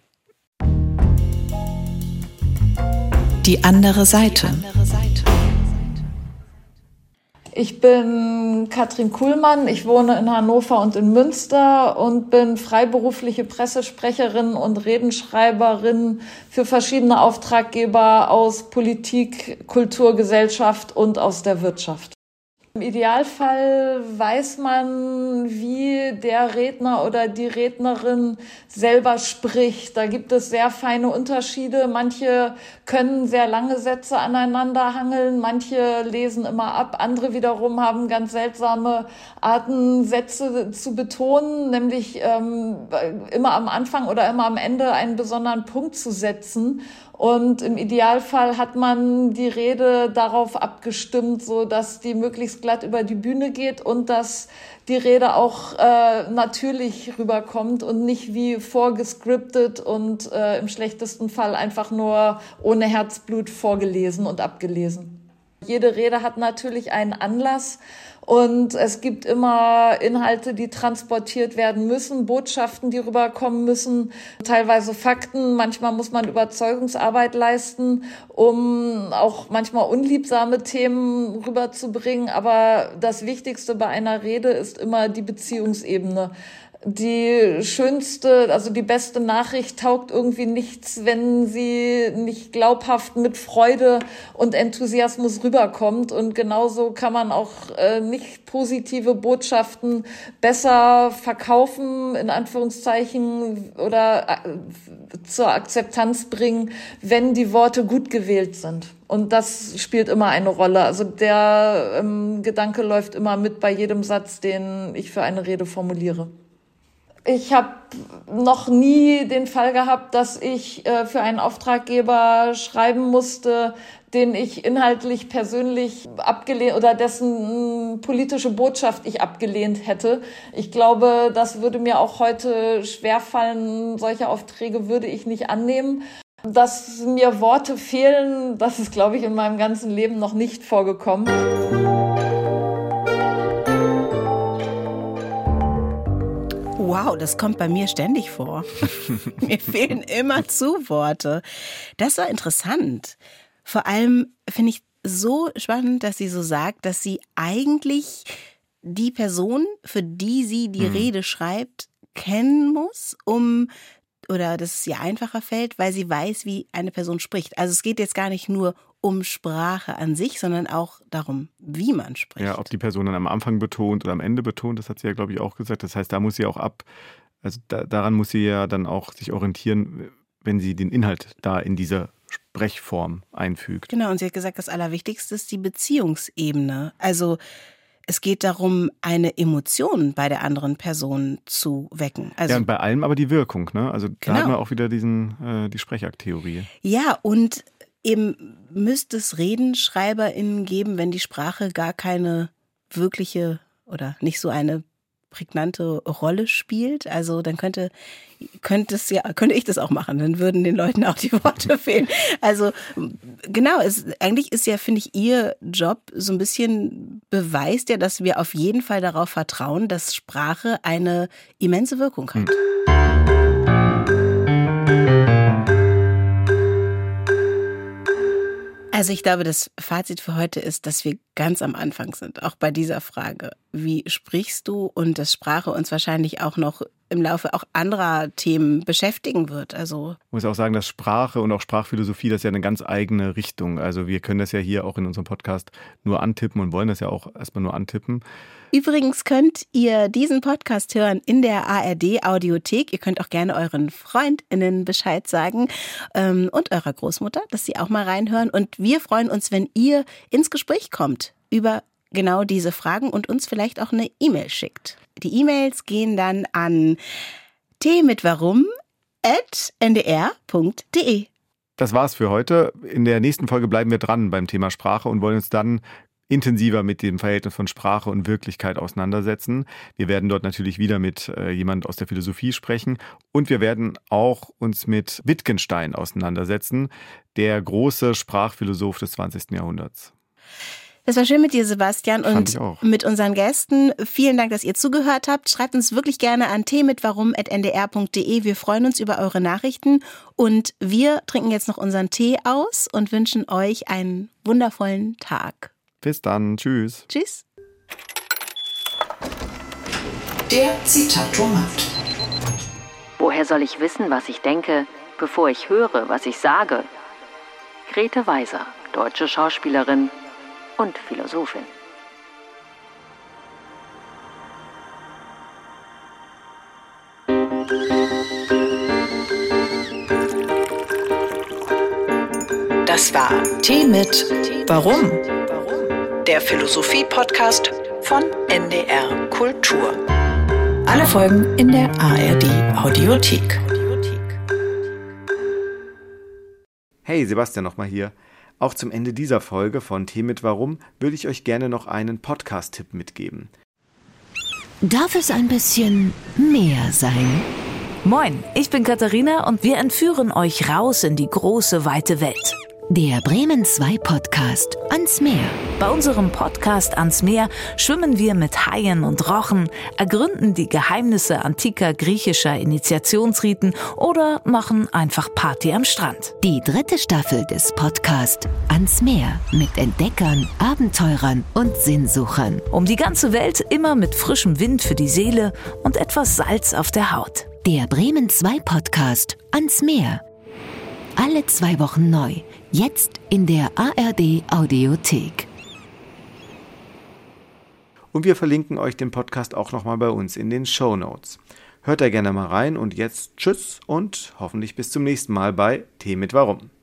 Die andere Seite. Ich bin Katrin Kuhlmann, ich wohne in Hannover und in Münster und bin freiberufliche Pressesprecherin und Redenschreiberin für verschiedene Auftraggeber aus Politik, Kultur, Gesellschaft und aus der Wirtschaft. Im Idealfall weiß man, wie der Redner oder die Rednerin selber spricht. Da gibt es sehr feine Unterschiede. Manche können sehr lange Sätze aneinander hangeln, manche lesen immer ab. Andere wiederum haben ganz seltsame Arten, Sätze zu betonen, nämlich ähm, immer am Anfang oder immer am Ende einen besonderen Punkt zu setzen. Und im Idealfall hat man die Rede darauf abgestimmt, so dass die möglichst glatt über die Bühne geht und dass die Rede auch äh, natürlich rüberkommt und nicht wie vorgescriptet und äh, im schlechtesten Fall einfach nur ohne Herzblut vorgelesen und abgelesen. Jede Rede hat natürlich einen Anlass und es gibt immer Inhalte, die transportiert werden müssen, Botschaften, die rüberkommen müssen, teilweise Fakten. Manchmal muss man Überzeugungsarbeit leisten, um auch manchmal unliebsame Themen rüberzubringen. Aber das Wichtigste bei einer Rede ist immer die Beziehungsebene. Die schönste, also die beste Nachricht taugt irgendwie nichts, wenn sie nicht glaubhaft mit Freude und Enthusiasmus rüberkommt. Und genauso kann man auch äh, nicht positive Botschaften besser verkaufen, in Anführungszeichen, oder äh, zur Akzeptanz bringen, wenn die Worte gut gewählt sind. Und das spielt immer eine Rolle. Also der ähm, Gedanke läuft immer mit bei jedem Satz, den ich für eine Rede formuliere. Ich habe noch nie den Fall gehabt, dass ich äh, für einen Auftraggeber schreiben musste, den ich inhaltlich persönlich abgelehnt oder dessen mh, politische Botschaft ich abgelehnt hätte. Ich glaube, das würde mir auch heute schwerfallen. Solche Aufträge würde ich nicht annehmen. Dass mir Worte fehlen, das ist, glaube ich, in meinem ganzen Leben noch nicht vorgekommen. Wow, das kommt bei mir ständig vor. Mir fehlen immer Zuworte. Das war interessant. Vor allem finde ich so spannend, dass sie so sagt, dass sie eigentlich die Person, für die sie die mhm. Rede schreibt, kennen muss, um, oder dass es ihr einfacher fällt, weil sie weiß, wie eine Person spricht. Also es geht jetzt gar nicht nur um Sprache an sich, sondern auch darum, wie man spricht. Ja, ob die Person dann am Anfang betont oder am Ende betont, das hat sie ja, glaube ich, auch gesagt. Das heißt, da muss sie auch ab, also da, daran muss sie ja dann auch sich orientieren, wenn sie den Inhalt da in dieser Sprechform einfügt. Genau, und sie hat gesagt, das Allerwichtigste ist die Beziehungsebene. Also es geht darum, eine Emotion bei der anderen Person zu wecken. Also, ja, und bei allem aber die Wirkung, ne? Also da genau. haben wir auch wieder diesen, äh, die Sprechakttheorie. Ja, und eben müsste es RedenschreiberInnen geben, wenn die Sprache gar keine wirkliche oder nicht so eine prägnante Rolle spielt. Also dann könnte, könnte es ja, könnte ich das auch machen. Dann würden den Leuten auch die Worte fehlen. Also genau, es, eigentlich ist ja, finde ich, ihr Job so ein bisschen beweist ja, dass wir auf jeden Fall darauf vertrauen, dass Sprache eine immense Wirkung hat. Hm. Also ich glaube, das Fazit für heute ist, dass wir ganz am Anfang sind, auch bei dieser Frage. Wie sprichst du? Und dass Sprache uns wahrscheinlich auch noch im Laufe auch anderer Themen beschäftigen wird. Also ich muss auch sagen, dass Sprache und auch Sprachphilosophie, das ist ja eine ganz eigene Richtung. Also wir können das ja hier auch in unserem Podcast nur antippen und wollen das ja auch erstmal nur antippen. Übrigens könnt ihr diesen Podcast hören in der A R D-Audiothek. Ihr könnt auch gerne euren FreundInnen Bescheid sagen ähm, und eurer Großmutter, dass sie auch mal reinhören. Und wir freuen uns, wenn ihr ins Gespräch kommt über genau diese Fragen und uns vielleicht auch eine E-Mail schickt. Die E-Mails gehen dann an t mit warum at n d r punkt d e. Das war's für heute. In der nächsten Folge bleiben wir dran beim Thema Sprache und wollen uns dann intensiver mit dem Verhältnis von Sprache und Wirklichkeit auseinandersetzen. Wir werden dort natürlich wieder mit äh, jemand aus der Philosophie sprechen und wir werden auch uns mit Wittgenstein auseinandersetzen, der große Sprachphilosoph des zwanzigsten Jahrhunderts. Das war schön mit dir, Sebastian, Fand und ich auch. mit unseren Gästen. Vielen Dank, dass ihr zugehört habt. Schreibt uns wirklich gerne an t mit warum at n d r punkt d e. Wir freuen uns über eure Nachrichten und wir trinken jetzt noch unseren Tee aus und wünschen euch einen wundervollen Tag. Bis dann. Tschüss. Tschüss. Der Zitatomat. Woher soll ich wissen, was ich denke, bevor ich höre, was ich sage? Grete Weiser, deutsche Schauspielerin und Philosophin. Das war Tee mit Warum? Der Philosophie-Podcast von N D R Kultur. Alle Folgen in der A R D-Audiothek. Hey, Sebastian nochmal hier. Auch zum Ende dieser Folge von Tee mit Warum würde ich euch gerne noch einen Podcast-Tipp mitgeben. Darf es ein bisschen mehr sein? Moin, ich bin Katharina und wir entführen euch raus in die große, weite Welt. Der Bremen zwei Podcast ans Meer. Bei unserem Podcast ans Meer schwimmen wir mit Haien und Rochen, ergründen die Geheimnisse antiker griechischer Initiationsriten oder machen einfach Party am Strand. Die dritte Staffel des Podcasts ans Meer mit Entdeckern, Abenteurern und Sinnsuchern. Um die ganze Welt immer mit frischem Wind für die Seele und etwas Salz auf der Haut. Der Bremen zwei Podcast ans Meer. Alle zwei Wochen neu. Jetzt in der A R D-Audiothek. Und wir verlinken euch den Podcast auch nochmal bei uns in den Shownotes. Hört da gerne mal rein und jetzt tschüss und hoffentlich bis zum nächsten Mal bei Tee mit Warum.